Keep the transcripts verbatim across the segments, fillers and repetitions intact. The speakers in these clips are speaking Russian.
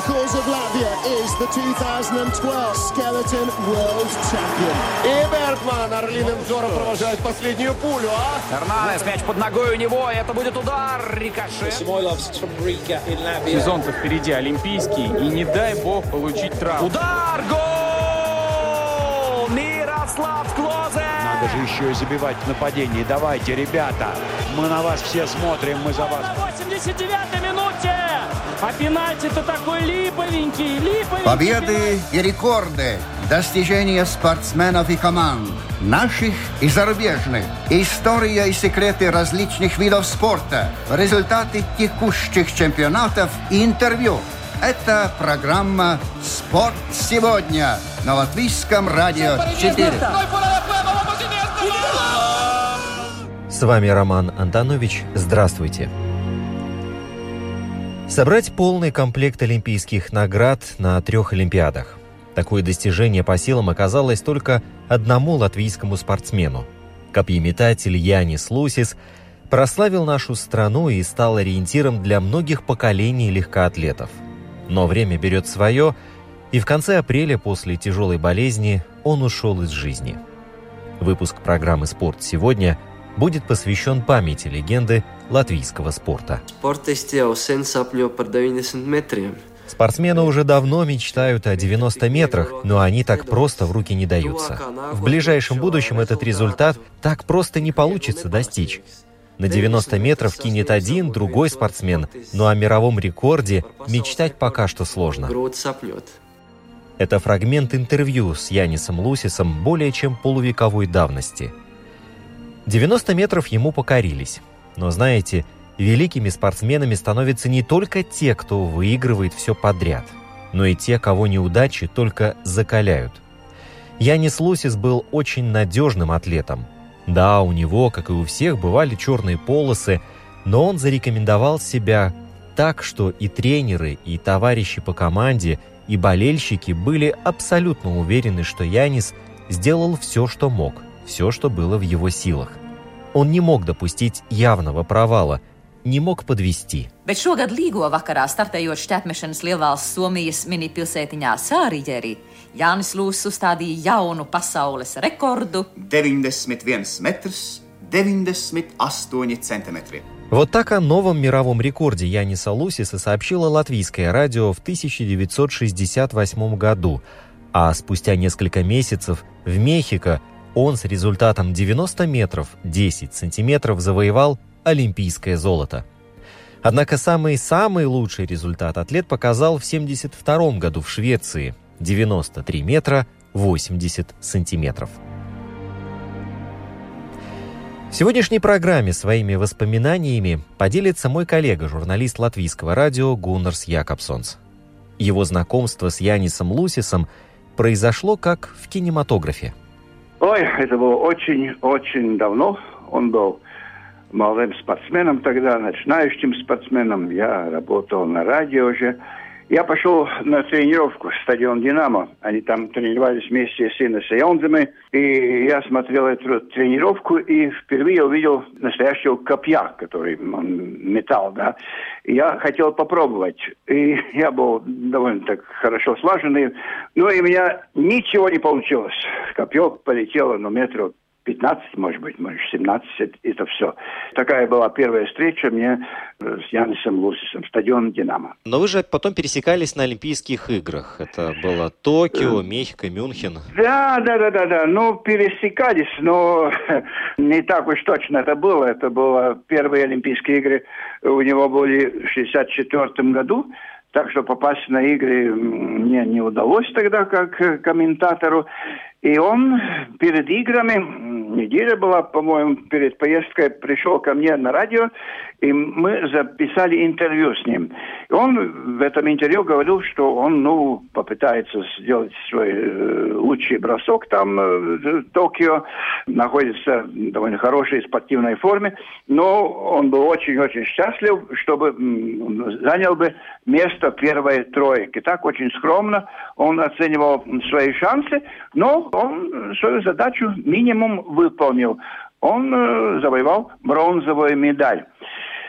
because of Latvia is the two thousand twelve Skeleton World Champion. И Бергман орлиным взором провожает последнюю пулю, а? Эрнанес, мяч под ногой у него, это будет удар, рикошет. Сезон-то впереди олимпийский, и не дай бог получить травму. Удар, гол! Мирослав Клозе! Надо же еще и забивать в нападении. Давайте, ребята, мы на вас все смотрим, мы за вас. На восемьдесят девятой минуте! А пенальти-то такой липовенький, липовенький. Победы и рекорды, достижения спортсменов и команд, наших и зарубежных, история и секреты различных видов спорта, результаты текущих чемпионатов и интервью. Это программа «Спорт сегодня» на Латвийском радио четыре. С вами Роман Антонович. Здравствуйте. Собрать полный комплект олимпийских наград на трех Олимпиадах. Такое достижение по силам оказалось только одному латвийскому спортсмену. Копьеметатель Янис Лусис прославил нашу страну и стал ориентиром для многих поколений легкоатлетов. Но время берет свое, и в конце апреля после тяжелой болезни он ушел из жизни. Выпуск программы «Спорт сегодня» будет посвящен памяти легенды латвийского спорта. Спортсмены уже давно мечтают о девяноста метрах, но они так просто в руки не даются. В ближайшем будущем этот результат так просто не получится достичь. На девяносто метров кинет один, другой спортсмен, но о мировом рекорде мечтать пока что сложно. Это фрагмент интервью с Янисом Лусисом более чем полувековой давности. девяносто метров ему покорились. Но знаете, великими спортсменами становятся не только те, кто выигрывает все подряд, но и те, кого неудачи только закаляют. Янис Лусис был очень надежным атлетом. Да, у него, как и у всех, бывали черные полосы, но он зарекомендовал себя так, что и тренеры, и товарищи по команде, и болельщики были абсолютно уверены, что Янис сделал все, что мог, все, что было в его силах. Он не мог допустить явного провала, не мог подвести. Bet šogad Līgo vakarā startējot šķērsmešanas lielvalsts Somijas mini-pilsētiņā Sāriģerī, Jānis Lūsis uzstādīja jaunu pasaules rekordu. deviņdesmit viens metrs, deviņdesmit astoņi centimetri. Вот так о новом мировом рекорде Яниса Лусиса сообщило латвийское радио в тысяча девятьсот шестьдесят восьмом году, а спустя несколько месяцев в Мехико он с результатом девяносто метров десять сантиметров завоевал олимпийское золото. Однако самый-самый лучший результат атлет показал в семьдесят втором году в Швеции – девяносто три метра восемьдесят сантиметров. В сегодняшней программе своими воспоминаниями поделится мой коллега, журналист латвийского радио Гуннарс Якобсонс. Его знакомство с Янисом Лусисом произошло как в кинематографе. Ой, это было очень-очень давно. Он был молодым спортсменом тогда, начинающим спортсменом. Я работал на радио уже. Я пошел на тренировку в стадион «Динамо». Они там тренировались вместе с Инесой Йонземой. И я смотрел эту тренировку и впервые увидел настоящего копья, который он метал, да. И я хотел попробовать. И я был довольно так хорошо слаженный. Но и у меня ничего не получилось. Копье полетело на метров пятнадцать, может быть, может, семнадцать, это все. Такая была первая встреча мне с Янисом Лусисом, стадион «Динамо». Но вы же потом пересекались на Олимпийских играх. Это было Токио, Мехико, Мюнхен. Да, да, да, да, да. Ну, пересекались, но не так уж точно это было. Это было первые Олимпийские игры. У него были в шестьдесят четвёртом году. Так что попасть на игры мне не удалось тогда как комментатору. И он перед играми, неделя была, по-моему, перед поездкой, пришел ко мне на радио, и мы записали интервью с ним. И он в этом интервью говорил, что он, ну, попытается сделать свой э, лучший бросок там э, в Токио, находится в довольно хорошей спортивной форме, но он был очень-очень счастлив, чтобы м, занял бы место первой тройки. Так очень скромно он оценивал свои шансы, но он свою задачу минимум выполнил. Он э, завоевал бронзовую медаль.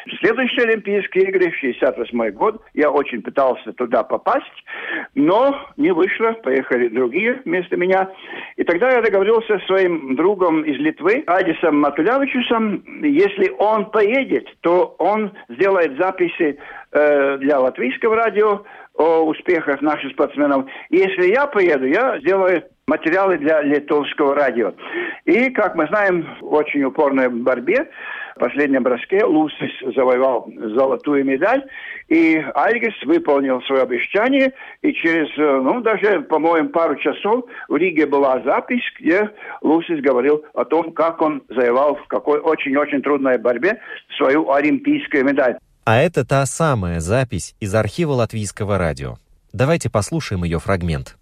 Следующие Олимпийские игры, шестьдесят восьмой год, я очень пытался туда попасть, но не вышло, поехали другие вместо меня. И тогда я договорился с своим другом из Литвы, Адисом Матулявичусом, если он поедет, то он сделает записи э, для латвийского радио о успехах наших спортсменов. И если я поеду, я сделаю материалы для литовского радио. И, как мы знаем, в очень упорной борьбе, в последнем броске Лусис завоевал золотую медаль, и Альгис выполнил свое обещание, и через, ну, даже, по-моему, пару часов в Риге была запись, где Лусис говорил о том, как он завоевал в какой очень-очень трудной борьбе свою олимпийскую медаль. А это та самая запись из архива Латвийского радио. Давайте послушаем ее фрагмент.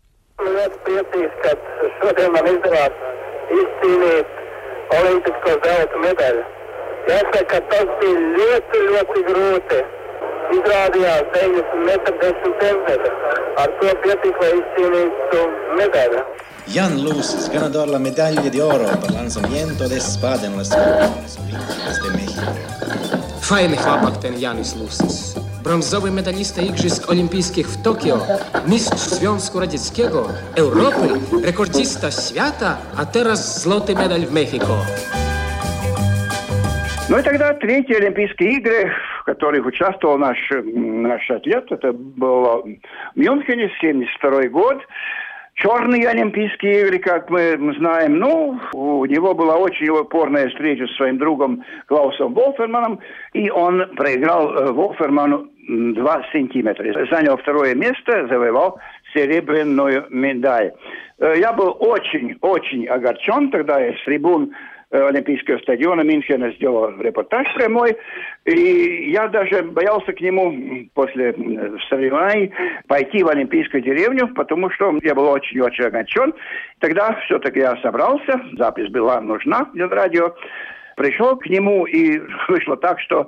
Šodien man izdevās izcīnīt olimpisko zelta medaļu. Jāsaka, ka tas bija ļoti, ļoti grūti. Izrādījās deviņdesmit metri desmit centimetri. Ar to pietika, lai izcīnītu medaļu. Jan Lucis, ganador la medaglia di oro per lanzamiento de espada en las Juegos Olímpicos de México. Fajny chłopak ten Janis Lucis. Brązowy medalista Igrzysk Olimpijskich w Tokio, mistrz Związku Radzieckiego, Europy, rekordzista świata, a teraz złoty medal w Мехико. Ну и тогда третьи Олимпийские игры, в которых участвовал наш, наш атлет, это было в Мюнхене, семьдесят второй год. Черные Олимпийские игры, как мы знаем, ну, у него была очень упорная встреча с своим другом Клаусом Волферманом, и он проиграл Волферману два сантиметра. Занял второе место, завоевал серебряную медаль. Я был очень-очень огорчен, тогда я с трибун Олимпийского стадиона Мюнхена сделал репортаж прямой, и я даже боялся к нему после соревнований пойти в Олимпийскую деревню, потому что я был очень-очень огорчен. Тогда все-таки я собрался, запись была нужна для радио, пришел к нему, и вышло так, что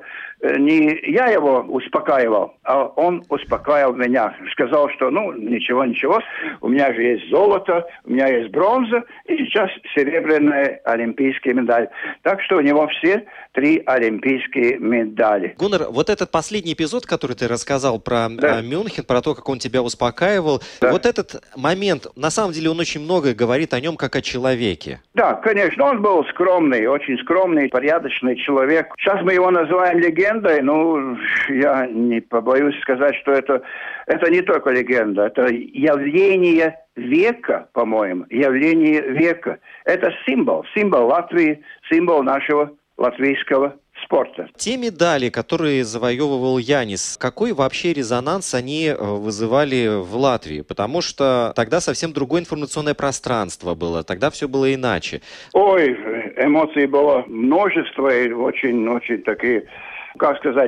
не я его успокаивал, а он успокаивал меня. Сказал, что ну ничего, ничего, у меня же есть золото, у меня есть бронза, и сейчас серебряная олимпийская медаль. Так что у него все три олимпийские медали. Гуннар, вот этот последний эпизод, который ты рассказал про да. Мюнхен, про то, как он тебя успокаивал, да. вот этот момент, на самом деле он очень многое говорит о нем как о человеке. Да, конечно, он был скромный, очень скромный, порядочный человек. Сейчас мы его называем легендой. Ну, я не побоюсь сказать, что это, это не только легенда, это явление века, по-моему, явление века. Это символ, символ Латвии, символ нашего латвийского спорта. Те медали, которые завоевывал Янис, какой вообще резонанс они вызывали в Латвии? Потому что тогда совсем другое информационное пространство было, тогда все было иначе. Ой, эмоций было множество и очень-очень такие... как сказать,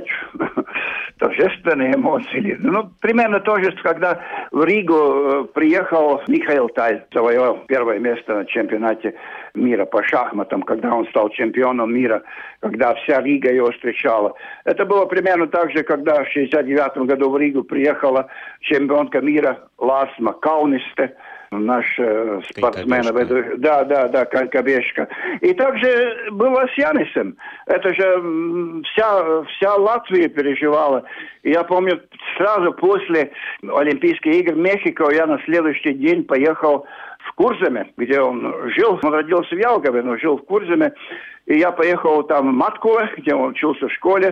торжественные эмоции. Ну, примерно то же, когда в Ригу приехал Михаил Таль, завоевал первое место на чемпионате мира по шахматам, когда он стал чемпионом мира, когда вся Рига его встречала. Это было примерно так же, когда в шестьдесят девятом году в Ригу приехала чемпионка мира Ласма Каунисте, наш э, спортсмен, да, да, да, Конькобежка. И также было с Янисом. Это же вся, вся Латвия переживала. И я помню, сразу после Олимпийских игр в Мехико я на следующий день поехал в Курзаме, где он жил. Он родился в Ялгове, но жил в Курзаме. И я поехал там в Маткове, где он учился в школе,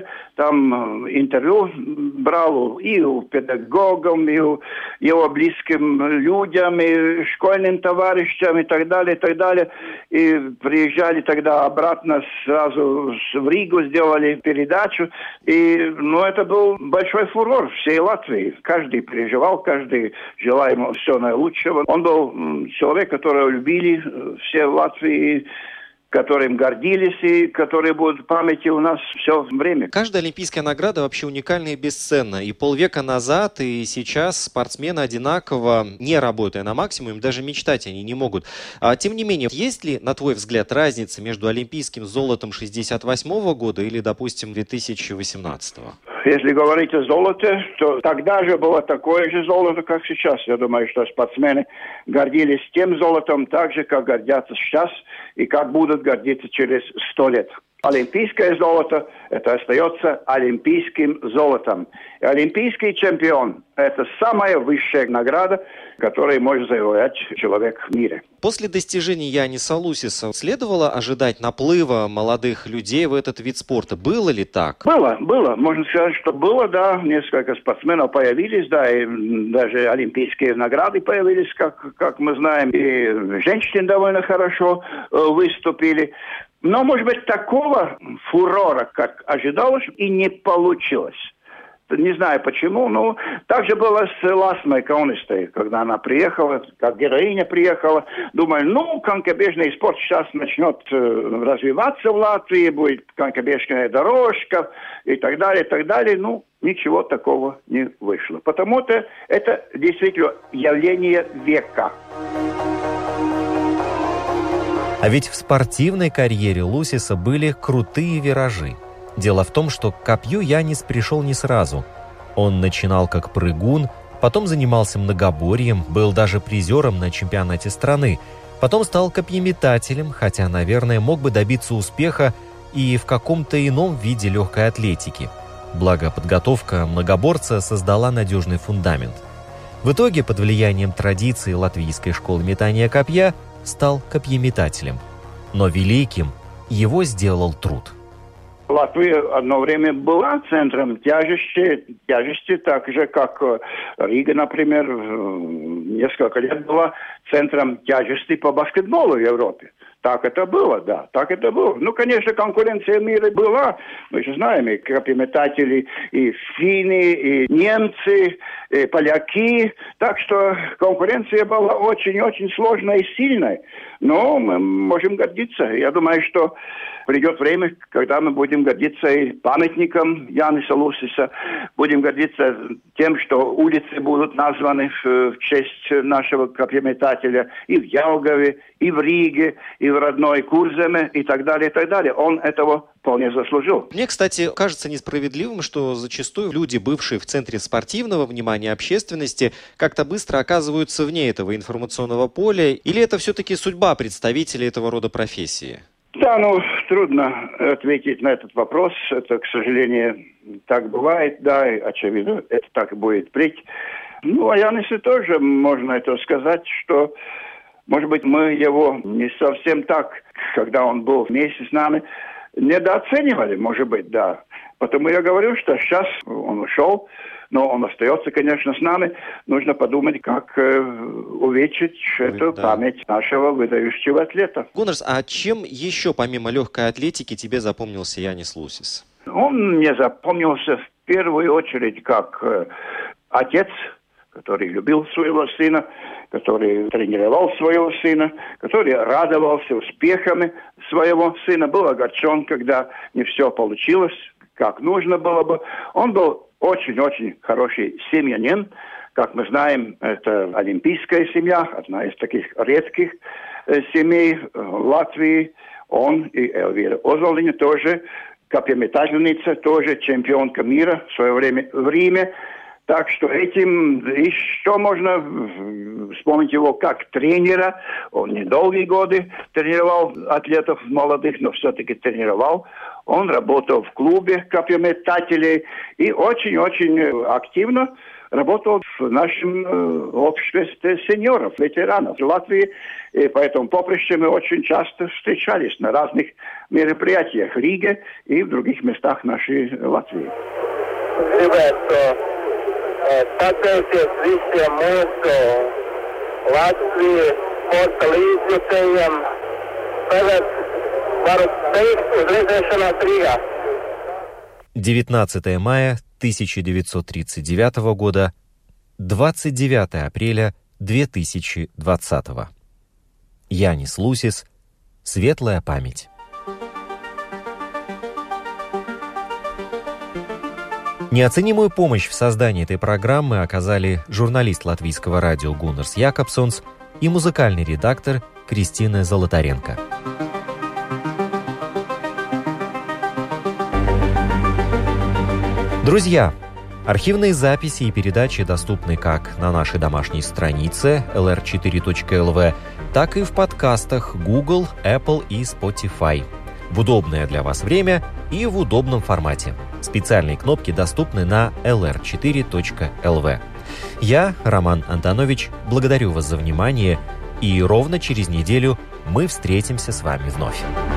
там интервью брал и у педагогов, и у его близким людям, и школьным товарищам, и так далее, и так далее. И приезжали тогда обратно сразу в Ригу, сделали передачу. И, ну, это был большой фурор всей Латвии. Каждый переживал, каждый желал ему всего наилучшего. Он был человек, которого любили все в Латвии, которым гордились и которые будут в памяти у нас все время. Каждая олимпийская награда вообще уникальна и бесценна. И полвека назад, и сейчас спортсмены одинаково, не работая на максимум, даже мечтать они не могут. А, тем не менее, есть ли, на твой взгляд, разница между олимпийским золотом шестьдесят восьмого года или, допустим, две тысячи восемнадцатого? Если говорить о золоте, то тогда же было такое же золото, как сейчас. Я думаю, что спортсмены гордились тем золотом так же, как гордятся сейчас и как будут гордиться через сто лет. Олимпийское золото – это остается олимпийским золотом. И олимпийский чемпион – это самая высшая награда, которую может завоевать человек в мире. После достижений Яниса Лусиса следовало ожидать наплыва молодых людей в этот вид спорта. Было ли так? Было, было. Можно сказать, что было, да. Несколько спортсменов появились, да, и даже олимпийские награды появились, как, как мы знаем. И женщины довольно хорошо э, выступили. Но, может быть, такого фурора, как ожидалось, и не получилось. Не знаю почему, но так же было с Ласмой Каунистой, когда она приехала, как героиня приехала. Думаю, ну, конькобежный спорт сейчас начнет э, развиваться в Латвии, будет конькобежная дорожка и так далее, и так далее. Ну, ничего такого не вышло. Потому-то это действительно явление века. А ведь в спортивной карьере Лусиса были крутые виражи. Дело в том, что к копью Янис пришел не сразу. Он начинал как прыгун, потом занимался многоборьем, был даже призером на чемпионате страны, потом стал копьеметателем, хотя, наверное, мог бы добиться успеха и в каком-то ином виде легкой атлетики. Благо, подготовка многоборца создала надежный фундамент. В итоге, под влиянием традиции латвийской школы метания копья, стал копьеметателем. Но великим его сделал труд. Латвия одно время была центром тяжести, тяжести, так же, как Рига, например, несколько лет была центром тяжести по баскетболу в Европе. Так это было, да, так это было. Ну, конечно, конкуренция в мире была. Мы же знаем, и копьеметатели, и финны, и немцы, и поляки. Так что конкуренция была очень-очень сложной и сильной. Но мы можем гордиться. Я думаю, что придет время, когда мы будем гордиться и памятником Яниса Лусиса, будем гордиться тем, что улицы будут названы в честь нашего копьеметателя и в Ялгове, и в Риге, и в родной Курземе, и так далее, и так далее. Он этого вполне заслужил. Мне, кстати, кажется несправедливым, что зачастую люди, бывшие в центре спортивного внимания общественности, как-то быстро оказываются вне этого информационного поля. Или это все-таки судьба представителей этого рода профессии? Да, ну, трудно ответить на этот вопрос. Это, к сожалению, так бывает, да, и, очевидно, это так и будет впредь. Ну, о Янисе тоже можно это сказать, что, может быть, мы его не совсем так, когда он был вместе с нами, недооценивали, может быть, да. Потому я говорю, что сейчас он ушел, но он остается, конечно, с нами. Нужно подумать, как э, увеличить Ой, эту да. память нашего выдающего атлета. Гуннарс, а чем еще, помимо легкой атлетики, тебе запомнился Янис Лусис? Он мне запомнился в первую очередь как э, отец, который любил своего сына, который тренировал своего сына, который радовался успехами своего сына, был огорчен, когда не все получилось, как нужно было бы. Он был очень-очень хороший семьянин. Как мы знаем, это олимпийская семья, одна из таких редких э, семей в Латвии. Он и Эльвира Озолиня тоже копьеметательница, тоже чемпионка мира в свое время в Риме. Так что этим еще можно вспомнить его как тренера. Он недолгие годы тренировал атлетов молодых, но все-таки тренировал. Он работал в клубе копьеметателей и очень-очень активно работал в нашем обществе сеньоров, ветеранов в Латвии. И поэтому поприще мы очень часто встречались на разных мероприятиях в Риге и в других местах нашей Латвии. Pateicies visiem mūsu Latvijas sporta līdzjutējiem. Tagad varu teikt uz redzēšanās Rīgā. девятнадцатое мая тысяча девятьсот тридцать девятого года, двадцать девятое апреля две тысячи двадцатого. Янис Лусис. Светлая память. Неоценимую помощь в создании этой программы оказали журналист латвийского радио Гуннарс Якобсонс и музыкальный редактор Кристина Золотаренко. Друзья, архивные записи и передачи доступны как на нашей домашней странице эл эр четыре точка эл ви, так и в подкастах Google, Apple и Spotify. в удобное для вас время и в удобном формате. Специальные кнопки доступны на эл эр четыре точка эл ви. Я, Роман Антонович, благодарю вас за внимание, и ровно через неделю мы встретимся с вами вновь.